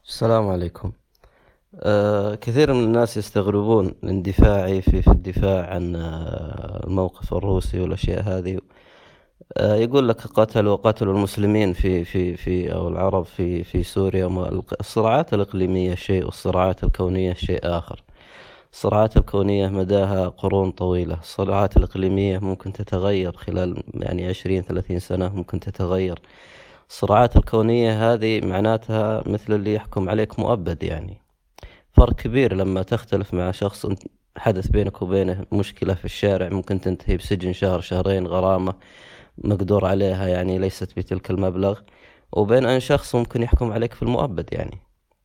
السلام عليكم. كثير من الناس يستغربون اندفاعي في الدفاع عن الموقف الروسي والأشياء هذه. يقول لك قتلوا المسلمين في أو العرب في سوريا. الصراعات الإقليمية شيء والصراعات الكونية شيء آخر. الصراعات الكونية مداها قرون طويلة. الصراعات الإقليمية ممكن تتغير خلال يعني 20-30 سنة، ممكن تتغير. الصراعات الكونية هذه معناتها مثل اللي يحكم عليك مؤبد يعني. فرق كبير لما تختلف مع شخص حدث بينك وبينه مشكلة في الشارع ممكن تنتهي بسجن شهر شهرين، غرامة مقدور عليها يعني ليست بتلك المبلغ، وبين أن شخص ممكن يحكم عليك في المؤبد يعني.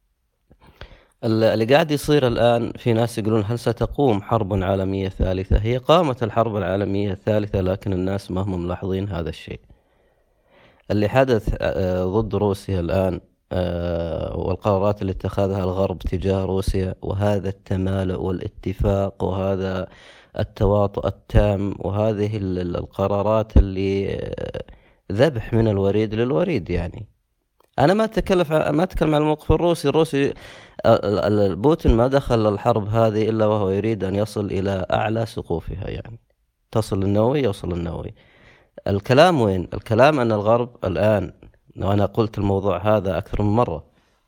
اللي قاعد يصير الآن، في ناس يقولون هل ستقوم حرب عالمية ثالثة؟ هي قامت الحرب العالمية الثالثة لكن الناس ما هم ملاحظين هذا الشيء. اللي حدث ضد روسيا الآن، والقرارات اللي اتخذها الغرب تجاه روسيا، وهذا التمالؤ والاتفاق وهذا التواطؤ التام، وهذه القرارات اللي ذبح من الوريد للوريد يعني. أنا ما أتكلم عن الموقف الروسي. بوتين ما دخل الحرب هذه إلا وهو يريد أن يصل إلى أعلى سقوفها يعني. تصل النووي يوصل النووي. الكلام وين؟ الكلام أن الغرب الآن، وأنا قلت الموضوع هذا أكثر من مرة،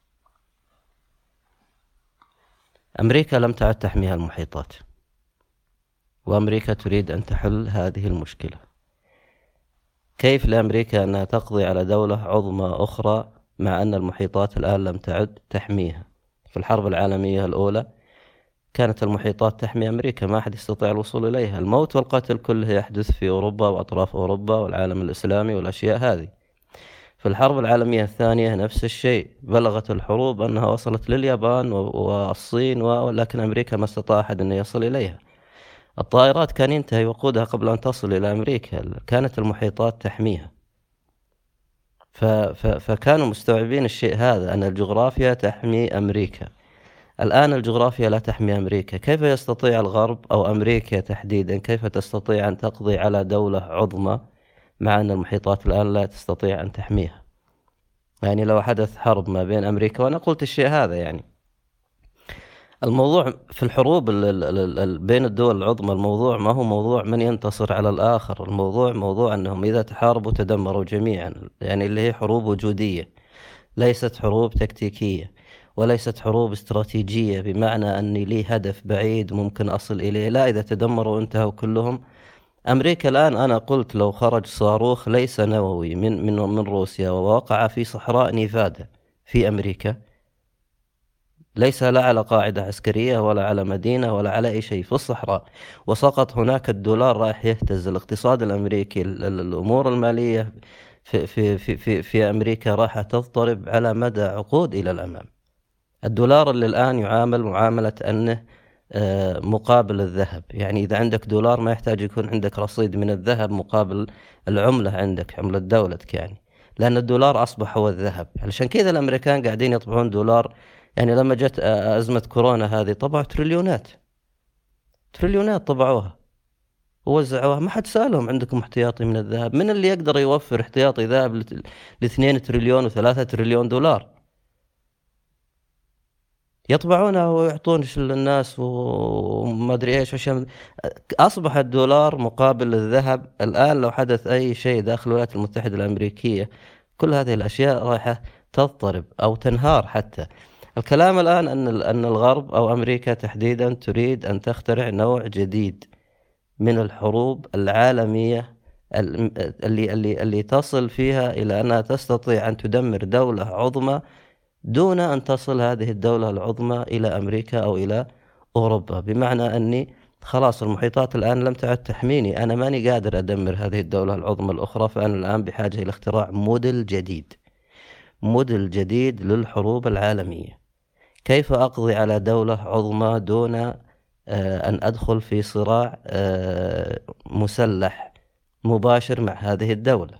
أمريكا لم تعد تحميها المحيطات، وأمريكا تريد أن تحل هذه المشكلة. كيف لأمريكا أنها تقضي على دولة عظمى أخرى مع أن المحيطات الآن لم تعد تحميها؟ في الحرب العالمية الأولى كانت المحيطات تحمي أمريكا، ما أحد يستطيع الوصول إليها. الموت والقتل كله يحدث في أوروبا وأطراف أوروبا والعالم الإسلامي والأشياء هذه. في الحرب العالمية الثانية نفس الشيء، بلغت الحروب أنها وصلت لليابان والصين، ولكن أمريكا ما استطاع أحد أن يصل إليها. الطائرات كان ينتهي وقودها قبل أن تصل إلى أمريكا، كانت المحيطات تحميها. فكانوا مستوعبين الشيء هذا، أن الجغرافيا تحمي أمريكا. الآن الجغرافيا لا تحمي أمريكا. كيف يستطيع الغرب أو أمريكا تحديدا، كيف تستطيع أن تقضي على دولة عظمى مع أن المحيطات الآن لا تستطيع أن تحميها؟ يعني لو حدث حرب ما بين أمريكا، وأنا قلت الشيء هذا يعني، الموضوع في الحروب بين الدول العظمى، الموضوع ما هو موضوع من ينتصر على الآخر. الموضوع موضوع أنهم إذا تحاربوا تدمروا جميعا، يعني اللي هي حروب وجودية، ليست حروب تكتيكية، وليست حروب استراتيجية بمعنى أني لي هدف بعيد ممكن أصل إليه. لا، إذا تدمروا انتهوا كلهم. أمريكا الآن، أنا قلت لو خرج صاروخ ليس نووي من روسيا ووقع في صحراء نيفادا في أمريكا، ليس لا على قاعدة عسكرية ولا على مدينة ولا على أي شيء، في الصحراء، وسقط هناك، الدولار راح يهتز، الاقتصاد الأمريكي، الأمور المالية في أمريكا راح تضطرب على مدى عقود إلى الأمام. الدولار اللي الآن يعامل معاملة أنه مقابل الذهب، يعني إذا عندك دولار ما يحتاج يكون عندك رصيد من الذهب مقابل العملة عندك، عملة دولتك يعني، لأن الدولار أصبح هو الذهب. علشان كذا الأمريكان قاعدين يطبعون دولار. يعني لما جت أزمة كورونا هذه، طبعوا تريليونات، تريليونات طبعوها ووزعوها، ما حد سألهم عندكم احتياطي من الذهب؟ من اللي يقدر يوفر احتياطي ذهب ل2 تريليون و3 تريليون دولار؟ يطبعونها ويعطون للناس وما ادري ايش عشان اصبح الدولار مقابل الذهب. الان لو حدث اي شيء داخل الولايات المتحدة الامريكية، كل هذه الاشياء رايحة تضطرب او تنهار حتى. الكلام الان ان الغرب او امريكا تحديدا تريد ان تخترع نوع جديد من الحروب العالمية، اللي تصل فيها الى انها تستطيع ان تدمر دولة عظمى دون أن تصل هذه الدولة العظمى إلى أمريكا أو إلى أوروبا. بمعنى أني خلاص المحيطات الآن لم تعد تحميني، أنا ماني قادر أدمر هذه الدولة العظمى الأخرى، فأنا الآن بحاجة إلى اختراع موديل جديد، موديل جديد للحروب العالمية. كيف أقضي على دولة عظمى دون أن أدخل في صراع مسلح مباشر مع هذه الدولة؟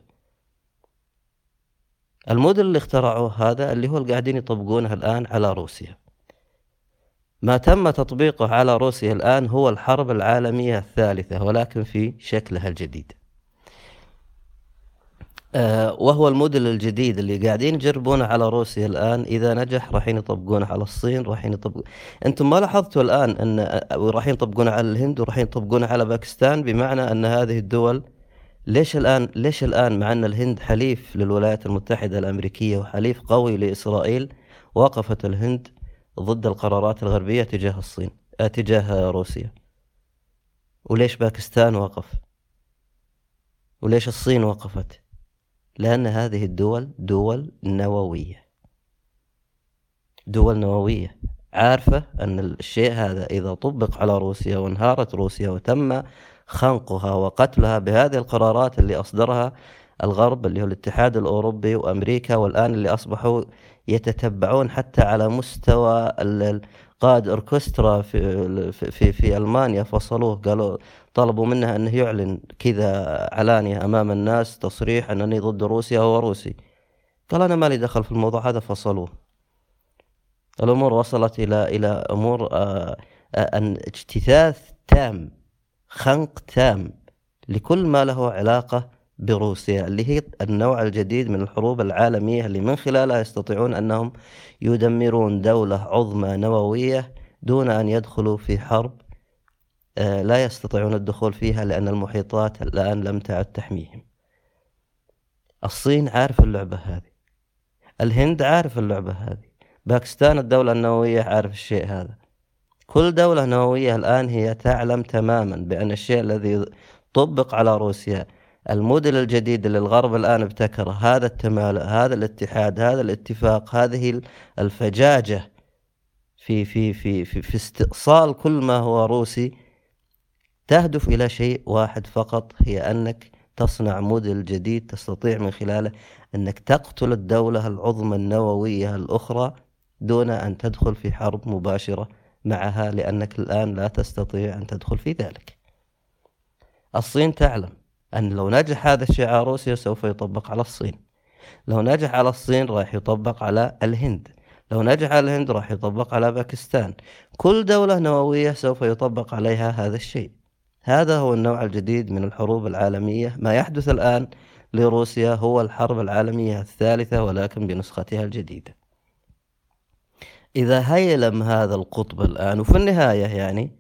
الموديل اللي اخترعوه هذا اللي هو اللي قاعدين يطبقونه الآن على روسيا. ما تم تطبيقه على روسيا الآن هو الحرب العالمية الثالثة، ولكن في شكلها الجديد. وهو الموديل الجديد اللي قاعدين يجربونه على روسيا الآن. إذا نجح راح يطبقونه على الصين، راح يطبق. أنتم ما لاحظتوا الآن أن راح يطبقونه على الهند وراح يطبقونه على باكستان؟ بمعنى أن هذه الدول، ليش الآن مع أن الهند حليف للولايات المتحدة الأمريكية وحليف قوي لإسرائيل، وقفت الهند ضد القرارات الغربية تجاه الصين، تجاه روسيا؟ وليش باكستان وقف؟ وليش الصين وقفت؟ لأن هذه الدول دول نووية، دول نووية، عارفة أن الشيء هذا إذا طبق على روسيا وانهارت روسيا وتم خنقها وقتلها بهذه القرارات اللي أصدرها الغرب، اللي هو الاتحاد الأوروبي وأمريكا، والآن اللي أصبحوا يتتبعون حتى على مستوى قائد أوركسترا في ألمانيا، فصلوه، قالوا طلبوا منه أنه يعلن كذا علانية أمام الناس تصريح أنني ضد روسيا، هو روسي، قال أنا مالي دخل في الموضوع هذا، فصلوه. الأمور وصلت إلى أمور أن اجتثاث تام، خنق تام لكل ما له علاقة بروسيا، اللي هي النوع الجديد من الحروب العالمية، اللي من خلالها يستطيعون أنهم يدمرون دولة عظمى نووية دون أن يدخلوا في حرب لا يستطيعون الدخول فيها، لأن المحيطات الآن لم تعد تحميهم. الصين عارف اللعبة هذه، الهند عارف اللعبة هذه، باكستان الدولة النووية عارف الشيء هذا. كل دولة نووية الآن هي تعلم تماما بأن الشيء الذي طبق على روسيا، الموديل الجديد اللي الغرب الآن ابتكره، هذا التمالؤ، هذا الاتحاد، هذا الاتفاق، هذه الفجاجة في استئصال كل ما هو روسي، تهدف إلى شيء واحد فقط، هي أنك تصنع موديل جديد تستطيع من خلاله أنك تقتل الدولة العظمى النووية الأخرى دون أن تدخل في حرب مباشرة معها، لأنك الآن لا تستطيع أن تدخل في ذلك. الصين تعلم أن لو نجح هذا الشيء على روسيا سوف يطبق على الصين، لو نجح على الصين راح يطبق على الهند، لو نجح على الهند راح يطبق على باكستان. كل دولة نووية سوف يطبق عليها هذا الشيء. هذا هو النوع الجديد من الحروب العالمية. ما يحدث الآن لروسيا هو الحرب العالمية الثالثة، ولكن بنسختها الجديدة. إذا هيلم هذا القطب الآن، وفي النهاية يعني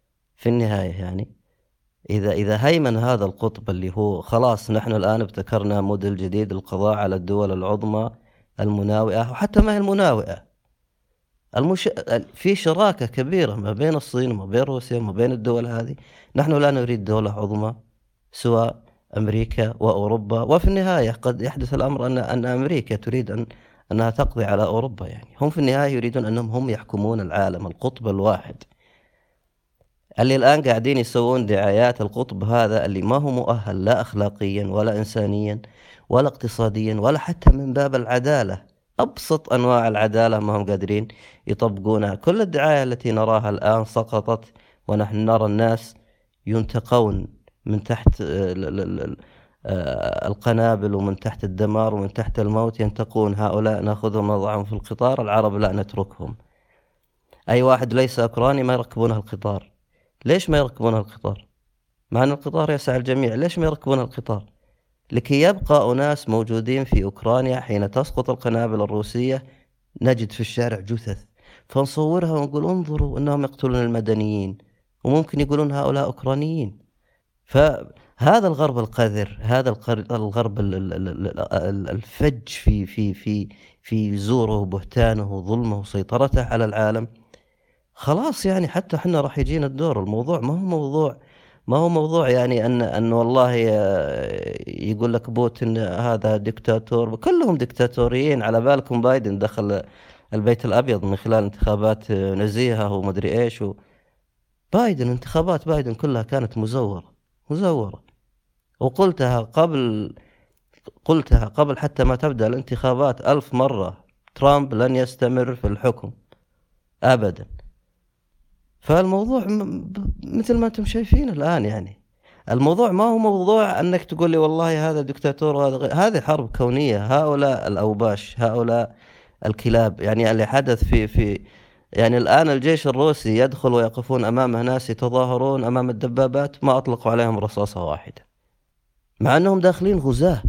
إذا هيمن هذا القطب اللي هو خلاص، نحن الآن ابتكرنا موديل جديد للقضاء على الدول العظمى المناوئة، وحتى ما هي المناوئة، في شراكة كبيرة ما بين الصين وما بين روسيا وما بين الدول هذه. نحن لا نريد دولة عظمى سوى أمريكا وأوروبا، وفي النهاية قد يحدث الأمر أن أمريكا تريد أنها تقضي على أوروبا. يعني هم في النهاية يريدون أنهم هم يحكمون العالم، القطب الواحد اللي الآن قاعدين يسوون دعايات القطب هذا، اللي ما هو مؤهل لا أخلاقيا ولا إنسانيا ولا اقتصاديا ولا حتى من باب العدالة. أبسط أنواع العدالة ما هم قادرين يطبقونها. كل الدعاية التي نراها الآن سقطت، ونحن نرى الناس ينتقون من تحت القنابل ومن تحت الدمار ومن تحت الموت، ينتقون هؤلاء نأخذهم نضعهم في القطار، العرب لا نتركهم. أي واحد ليس أوكراني ما يركبونه القطار. ليش ما يركبون القطار؟ مع أن القطار يسع الجميع، ليش ما يركبون القطار؟ لكي يبقى أناس موجودين في أوكرانيا حين تسقط القنابل الروسية نجد في الشارع جثث، فنصورها ونقول انظروا أنهم يقتلون المدنيين، وممكن يقولون هؤلاء أوكرانيين. فهذا الغرب القذر، هذا الغرب الفج في زوره وبهتانه وظلمه وسيطرته على العالم، خلاص يعني حتى احنا راح يجينا الدور. الموضوع ما هو موضوع يعني ان والله يقول لك بوتين هذا دكتاتور، كلهم دكتاتوريين. على بالكم بايدن دخل البيت الابيض من خلال انتخابات نزيهة ومدري ايش انتخابات بايدن كلها كانت مزورة. قلتها قبل حتى ما تبدأ الانتخابات 1000 مرة، ترامب لن يستمر في الحكم ابدا. فالموضوع مثل ما انتم شايفين الآن، يعني الموضوع ما هو موضوع أنك تقول لي والله هذا دكتاتور وهذا هذه حرب كونية. هؤلاء الأوباش، هؤلاء الكلاب، يعني اللي حدث في يعني الآن الجيش الروسي يدخل ويقفون أمامه ناس يتظاهرون أمام الدبابات، ما أطلقوا عليهم رصاصة واحدة، مع أنهم داخلين غزاة.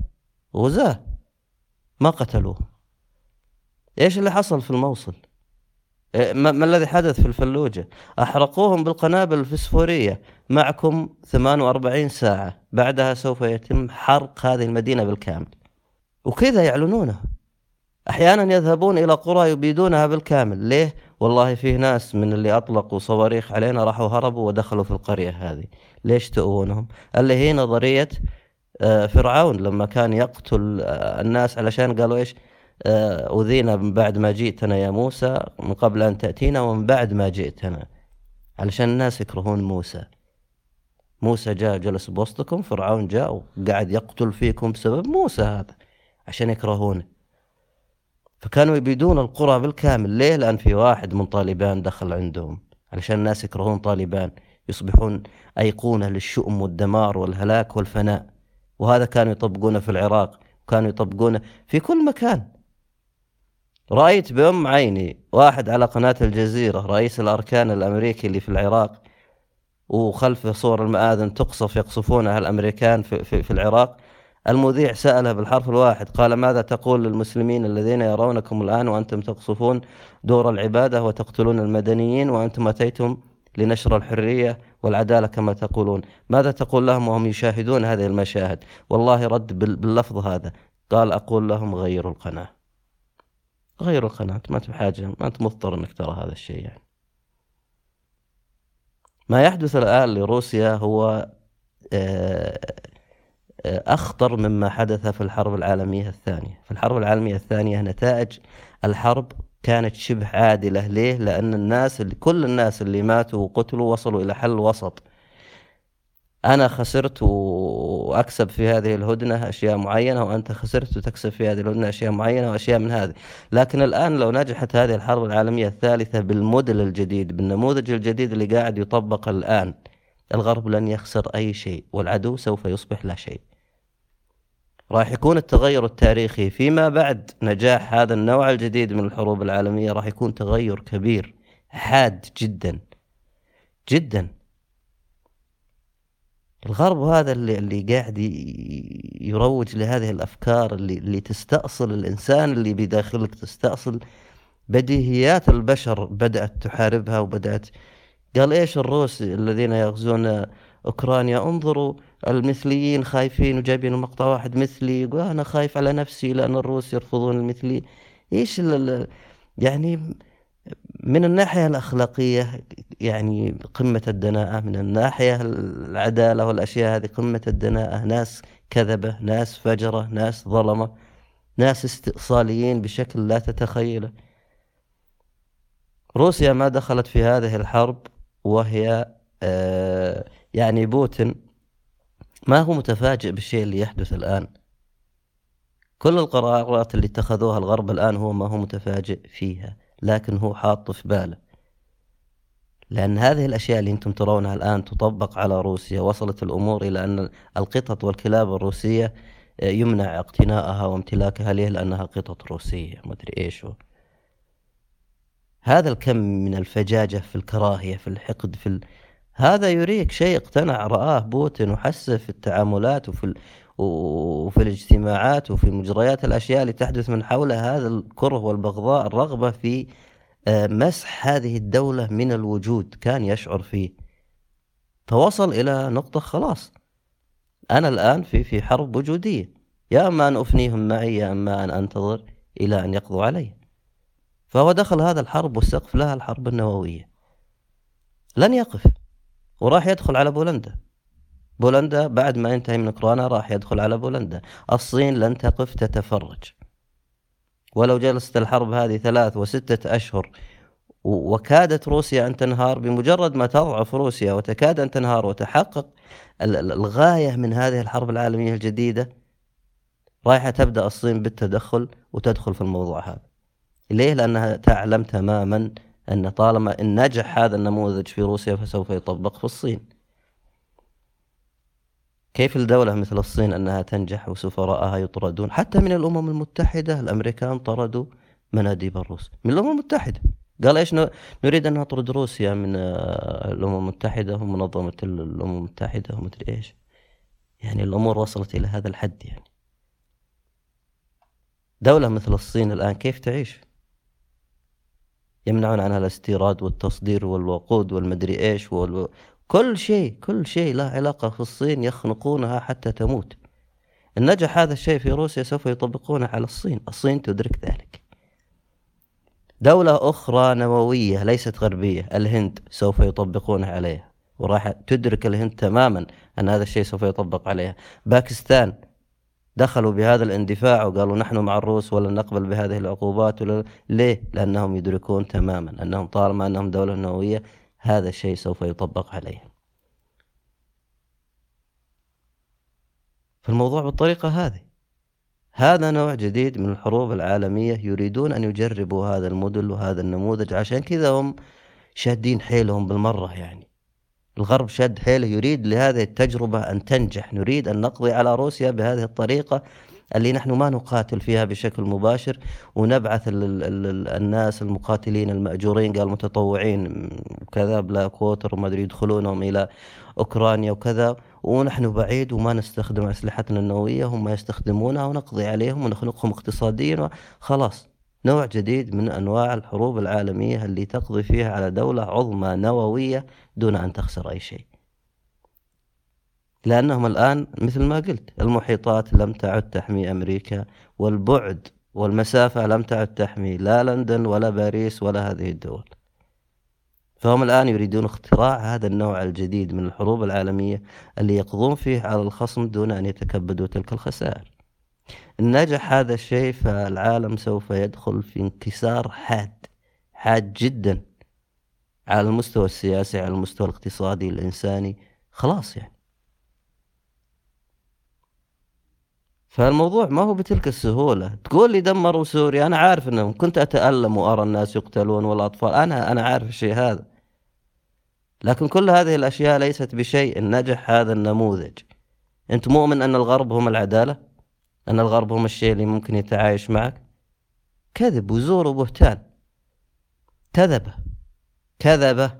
غزاة، ما قتلوه. إيش اللي حصل في الموصل؟ ما الذي حدث في الفلوجة؟ أحرقوهم بالقنابل الفسفورية. معكم 48 ساعة، بعدها سوف يتم حرق هذه المدينة بالكامل. وكذا يعلنونه. أحيانا يذهبون إلى قرى يبيدونها بالكامل. ليه؟ والله فيه ناس من اللي أطلقوا صواريخ علينا راحوا هربوا ودخلوا في القرية هذه. ليش تؤونهم؟ اللي هي نظرية فرعون لما كان يقتل الناس علشان قالوا إيش؟ أذينا من بعد ما جئتنا يا موسى، من قبل أن تأتينا ومن بعد ما جئتنا، علشان الناس يكرهون موسى. موسى جاء جلس بوسطكم، فرعون جاء وقاعد يقتل فيكم بسبب موسى هذا، عشان يكرهونه. فكانوا يبيدون القرى بالكامل. ليه؟ لأن في واحد من طالبان دخل عندهم، علشان الناس يكرهون طالبان، يصبحون أيقونة للشؤم والدمار والهلاك والفناء. وهذا كانوا يطبقونه في العراق، وكانوا يطبقونه في كل مكان. رأيت بأم عيني واحد على قناة الجزيرة، رئيس الأركان الأمريكي اللي في العراق، وخلفه صور المآذن تقصف يقصفونها الأمريكان في العراق. المذيع سأله بالحرف الواحد، قال: ماذا تقول للمسلمين الذين يرونكم الآن وأنتم تقصفون دور العبادة وتقتلون المدنيين، وأنتم أتيتم لنشر الحرية والعدالة كما تقولون؟ ماذا تقول لهم وهم يشاهدون هذه المشاهد؟ والله رد باللفظ هذا، قال: أقول لهم غيروا القناة. غيروا القناة، ما أنت بحاجة، ما أنت مضطر أنك ترى هذا الشيء. يعني ما يحدث الآن لروسيا هو آه، أخطر مما حدث في الحرب العالمية الثانية. في الحرب العالمية الثانية نتائج الحرب كانت شبه عادلة. ليه؟ لأن كل الناس اللي ماتوا وقتلوا وصلوا إلى حل وسط. أنا خسرت وأكسب في هذه الهدنة أشياء معينة، وأنت خسرت وتكسب في هذه الهدنة أشياء معينة وأشياء من هذه. لكن الآن لو نجحت هذه الحرب العالمية الثالثة بالموديل الجديد، بالنموذج الجديد اللي قاعد يطبق الآن، الغرب لن يخسر أي شيء، والعدو سوف يصبح لا شيء. راح يكون التغير التاريخي فيما بعد نجاح هذا النوع الجديد من الحروب العالمية، راح يكون تغير كبير حاد جدا جدا. الغرب هذا اللي قاعد يروج لهذه الأفكار اللي تستأصل الإنسان اللي بداخلك، تستأصل بديهيات البشر، بدأت تحاربها وبدأت. قال: إيش الروس الذين يغزون أوكرانيا؟ انظروا المثليين خايفين، وجايبين مقطع واحد مثلي يقول: أنا خايف على نفسي لأن الروس يرفضون المثلي. إيش يعني من الناحية الأخلاقية يعني قمة الدناءة، من الناحية العدالة والأشياء هذه قمة الدناءة. ناس كذبة، ناس فجرة، ناس ظلمة، ناس استئصاليين بشكل لا تتخيله. روسيا ما دخلت في هذه الحرب وهي يعني بوتين ما هو متفاجئ بالشيء اللي يحدث الآن. كل القرارات اللي اتخذوها الغرب الآن هو ما هو متفاجئ فيها، لكن هو حاط في باله. لأن هذه الأشياء اللي أنتم ترونها الآن تطبق على روسيا. وصلت الأمور إلى أن القطط والكلاب الروسية يمنع اقتنائها وامتلاكها. ليه؟ لأنها قطط روسية، ما أدري إيش هو. هذا الكم من الفجاجة في الكراهية، في الحقد، هذا يريك شيء اقتنع رآه بوتين وحسه في التعاملات وفي الاجتماعات وفي مجريات الأشياء اللي تحدث من حوله. هذا الكره والبغضاء، الرغبة في مسح هذه الدولة من الوجود كان يشعر فيه. فوصل إلى نقطة خلاص، أنا الآن في حرب وجودية، يا أما أن أفنيهم معي يا أما أن أنتظر إلى أن يقضوا علي. فهو دخل هذا الحرب والسقف لها الحرب النووية. لن يقف، وراح يدخل على بولندا بعد ما ينتهي من أوكرانيا راح يدخل على بولندا. الصين لن تقف تتفرج. ولو جلست الحرب هذه 3 و6 أشهر وكادت روسيا أن تنهار، بمجرد ما تضعف روسيا وتكاد أن تنهار وتحقق الغاية من هذه الحرب العالمية الجديدة، رايحة تبدأ الصين بالتدخل وتدخل في الموضوع هذا. ليه؟ لأنها تعلم تماما أن طالما إن نجح هذا النموذج في روسيا فسوف يطبق في الصين. كيف الدولة مثل الصين أنها تنجح وسفراءها يطردون حتى من الأمم المتحدة؟ الأمريكان طردوا مناديب الروس من الأمم المتحدة. قال: إيش نريد أن نطرد روسيا من الأمم المتحدة ومنظمة الأمم المتحدة ومدري إيش. يعني الأمور وصلت إلى هذا الحد. يعني دولة مثل الصين الآن كيف تعيش؟ يمنعون عنها الاستيراد والتصدير والوقود والمدري إيش كل شيء لا علاقة في الصين يخنقونها حتى تموت. إن نجح هذا الشيء في روسيا سوف يطبقونه على الصين تدرك ذلك. دولة أخرى نووية ليست غربية، الهند، سوف يطبقونه عليها، وراح تدرك الهند تماما أن هذا الشيء سوف يطبق عليها. باكستان دخلوا بهذا الاندفاع وقالوا نحن مع الروس ولا نقبل بهذه العقوبات ليه؟ لأنهم يدركون تماما أنهم طالما أنهم دولة نووية هذا الشيء سوف يطبق عليهم. فالموضوع بالطريقة هذه. هذا نوع جديد من الحروب العالمية، يريدون أن يجربوا هذا الموديل وهذا النموذج، عشان كذا هم شادين حيلهم بالمرة. يعني الغرب شاد حيله، يريد لهذه التجربة أن تنجح. نريد أن نقضي على روسيا بهذه الطريقة اللي نحن ما نقاتل فيها بشكل مباشر، ونبعث الناس المقاتلين المأجورين، قال متطوعين كذا بلا كوتر وما أدري، يدخلونهم إلى أوكرانيا وكذا، ونحن بعيد وما نستخدم أسلحتنا النووية، هم يستخدمونها، ونقضي عليهم ونخنقهم اقتصاديا خلاص. نوع جديد من أنواع الحروب العالمية اللي تقضي فيها على دولة عظمى نووية دون أن تخسر أي شيء. لأنهم الآن مثل ما قلت المحيطات لم تعد تحمي أمريكا، والبعد والمسافة لم تعد تحمي لا لندن ولا باريس ولا هذه الدول. فهم الآن يريدون اختراع هذا النوع الجديد من الحروب العالمية اللي يقضون فيه على الخصم دون أن يتكبدوا تلك الخسائر. إن نجح هذا الشيء فالعالم سوف يدخل في انكسار حاد جدا، على المستوى السياسي، على المستوى الاقتصادي، الإنساني، خلاص يعني. فالموضوع ما هو بتلك السهولة. تقول لي دمروا سوريا، أنا عارف أنهم كنت أتألم وأرى الناس يقتلون والأطفال، أنا عارف الشيء هذا، لكن كل هذه الأشياء ليست بشيء. إن نجح هذا النموذج، أنت مؤمن أن الغرب هم العدالة؟ أن الغرب هم الشيء اللي ممكن يتعايش معك؟ كذب وزور وبهتان، كذبة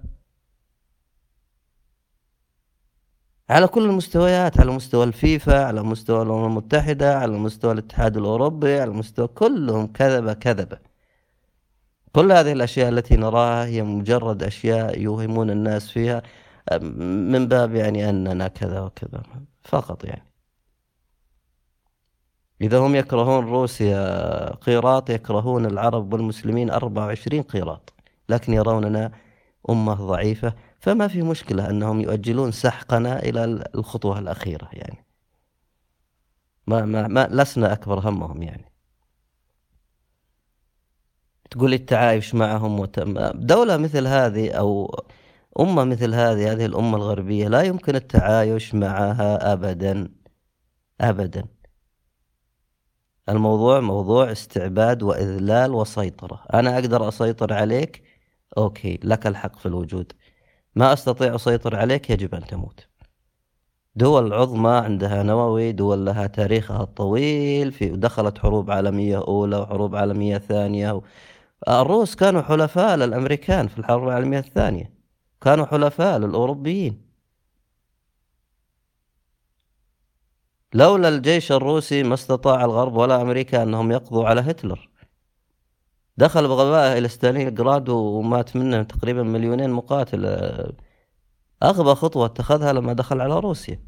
على كل المستويات، على مستوى الفيفا، على مستوى الأمم المتحدة، على مستوى الاتحاد الأوروبي، على مستوى كلهم كذبة. كل هذه الأشياء التي نراها هي مجرد أشياء يوهمون الناس فيها من باب يعني أننا كذا وكذا فقط. يعني إذا هم يكرهون روسيا قيراط، يكرهون العرب والمسلمين 24 قيراط، لكن يروننا أمة ضعيفة، فما في مشكلة أنهم يؤجلون سحقنا إلى الخطوة الأخيرة. يعني ما لسنا أكبر همهم. يعني تقول التعايش معهم دولة مثل هذه أو أمة مثل هذه الأمة الغربية لا يمكن التعايش معها أبدا. الموضوع موضوع استعباد وإذلال وسيطرة. أنا أقدر أسيطر عليك، أوكي، لك الحق في الوجود. ما أستطيع أسيطر عليك، يجب أن تموت. دول عظمى عندها نووي، دول لها تاريخها الطويل، دخلت حروب عالمية أولى وحروب عالمية ثانية. الروس كانوا حلفاء للأمريكان في الحرب العالمية الثانية، كانوا حلفاء للأوروبيين. لولا الجيش الروسي ما استطاع الغرب ولا أمريكا أنهم يقضوا على هتلر. دخل بغباء إلى ستالينغراد ومات منه تقريبا 2,000,000 مقاتل. أغبى خطوة اتخذها لما دخل على روسيا.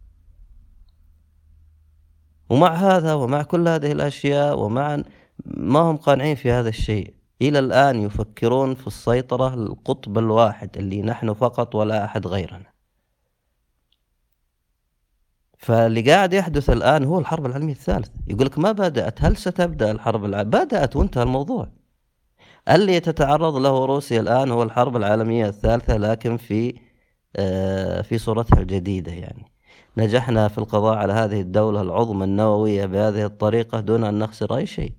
ومع هذا ومع كل هذه الأشياء ومع ما هم قانعين في هذا الشيء، إلى الآن يفكرون في السيطرة القطب الواحد اللي نحن فقط ولا أحد غيرنا. فاللي قاعد يحدث الآن هو الحرب العالمية الثالثة. يقولك ما بدأت، هل ستبدأ الحرب العالمية؟ بدأت وانتهى الموضوع. اللي تتعرض له روسيا الآن هو الحرب العالمية الثالثة، لكن في صورتها الجديدة. يعني نجحنا في القضاء على هذه الدولة العظمى النووية بهذه الطريقة دون أن نخسر أي شيء،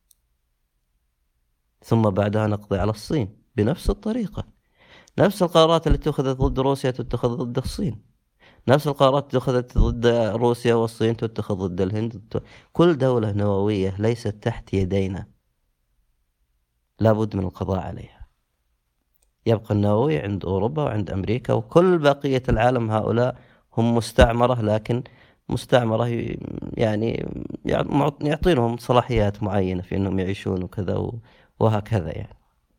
ثم بعدها نقضي على الصين بنفس الطريقة. نفس القرارات اللي اتخذت ضد روسيا تتخذ ضد الصين، نفس القرارات اتخذت ضد روسيا والصين تتخذ ضد الهند. كل دولة نووية ليست تحت يدينا لابد من القضاء عليها. يبقى النووي عند أوروبا وعند أمريكا وكل بقية العالم. هؤلاء هم مستعمرة، لكن مستعمرة يعني يعطينهم صلاحيات معينة في أنهم يعيشون وكذا وهكذا يعني.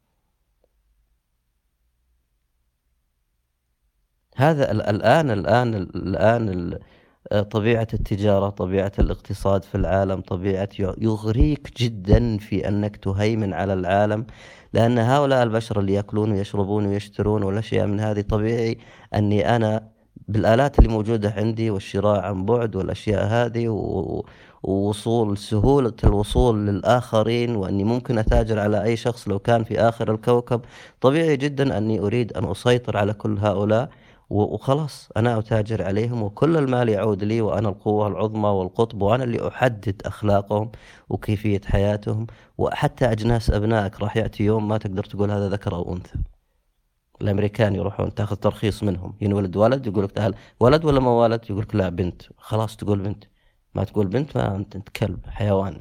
هذا الآن طبيعة التجارة، طبيعة الاقتصاد في العالم، طبيعة يغريك جدا في أنك تهيمن على العالم، لأن هؤلاء البشر اللي يأكلون ويشربون ويشترون والأشياء من هذه، طبيعي أني أنا بالآلات اللي موجودة عندي والشراء عن بعد والأشياء هذه ووصول سهولة الوصول للآخرين، وأني ممكن أتاجر على أي شخص لو كان في آخر الكوكب، طبيعي جدا أني أريد أن أسيطر على كل هؤلاء وخلاص أنا أتاجر عليهم، وكل المال يعود لي، وأنا القوة العظمى والقطب، وأنا اللي أحدد أخلاقهم وكيفية حياتهم. وحتى أجناس أبنائك راح يأتي يوم ما تقدر تقول هذا ذكر أو أنثى. الأمريكان يروحون تاخذ ترخيص منهم، ينولد ولد يقول لك تعال ولد ولا ما ولد، يقول لك لا بنت، خلاص تقول بنت. ما تقول بنت ما أنت كلب حيوان.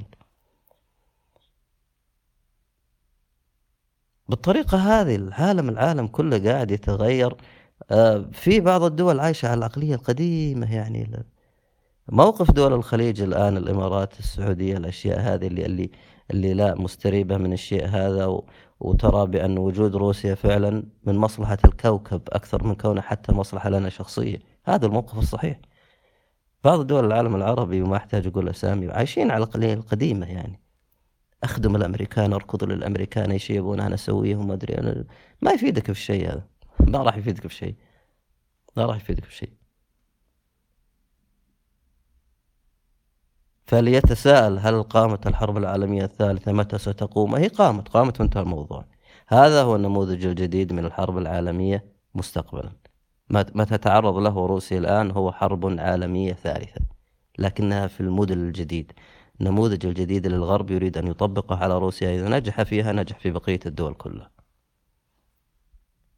بالطريقة هذه العالم كله قاعد يتغير. في بعض الدول عايشة على العقلية القديمة يعني. موقف دول الخليج الآن، الإمارات، السعودية، الأشياء هذه اللي لا مستريبة من الشيء هذا، وترى بأن وجود روسيا فعلا من مصلحة الكوكب أكثر من كونه حتى مصلحة لنا شخصية. هذا الموقف الصحيح. بعض دول العالم العربي، وما أحتاج أقول أسامي، عايشين على العقلية القديمة يعني. أخدم الأمريكان، أركض للأمريكان، أي شيء يبونه أنا أسويه، وما أدري أنا. ما يفيدك في الشيء هذا، ما راح يفيدك في شيء، لا راح يفيدك في شيء. فليتساءل هل قامت الحرب العالمية الثالثة متى ستقوم؟ هي قامت وانتهى الموضوع. هذا هو النموذج الجديد من الحرب العالمية مستقبلا. ما تتعرض له روسيا الآن هو حرب عالمية ثالثة، لكنها في الموديل الجديد. النموذج الجديد للغرب يريد أن يطبقه على روسيا، إذا نجح فيها نجح في بقية الدول كلها.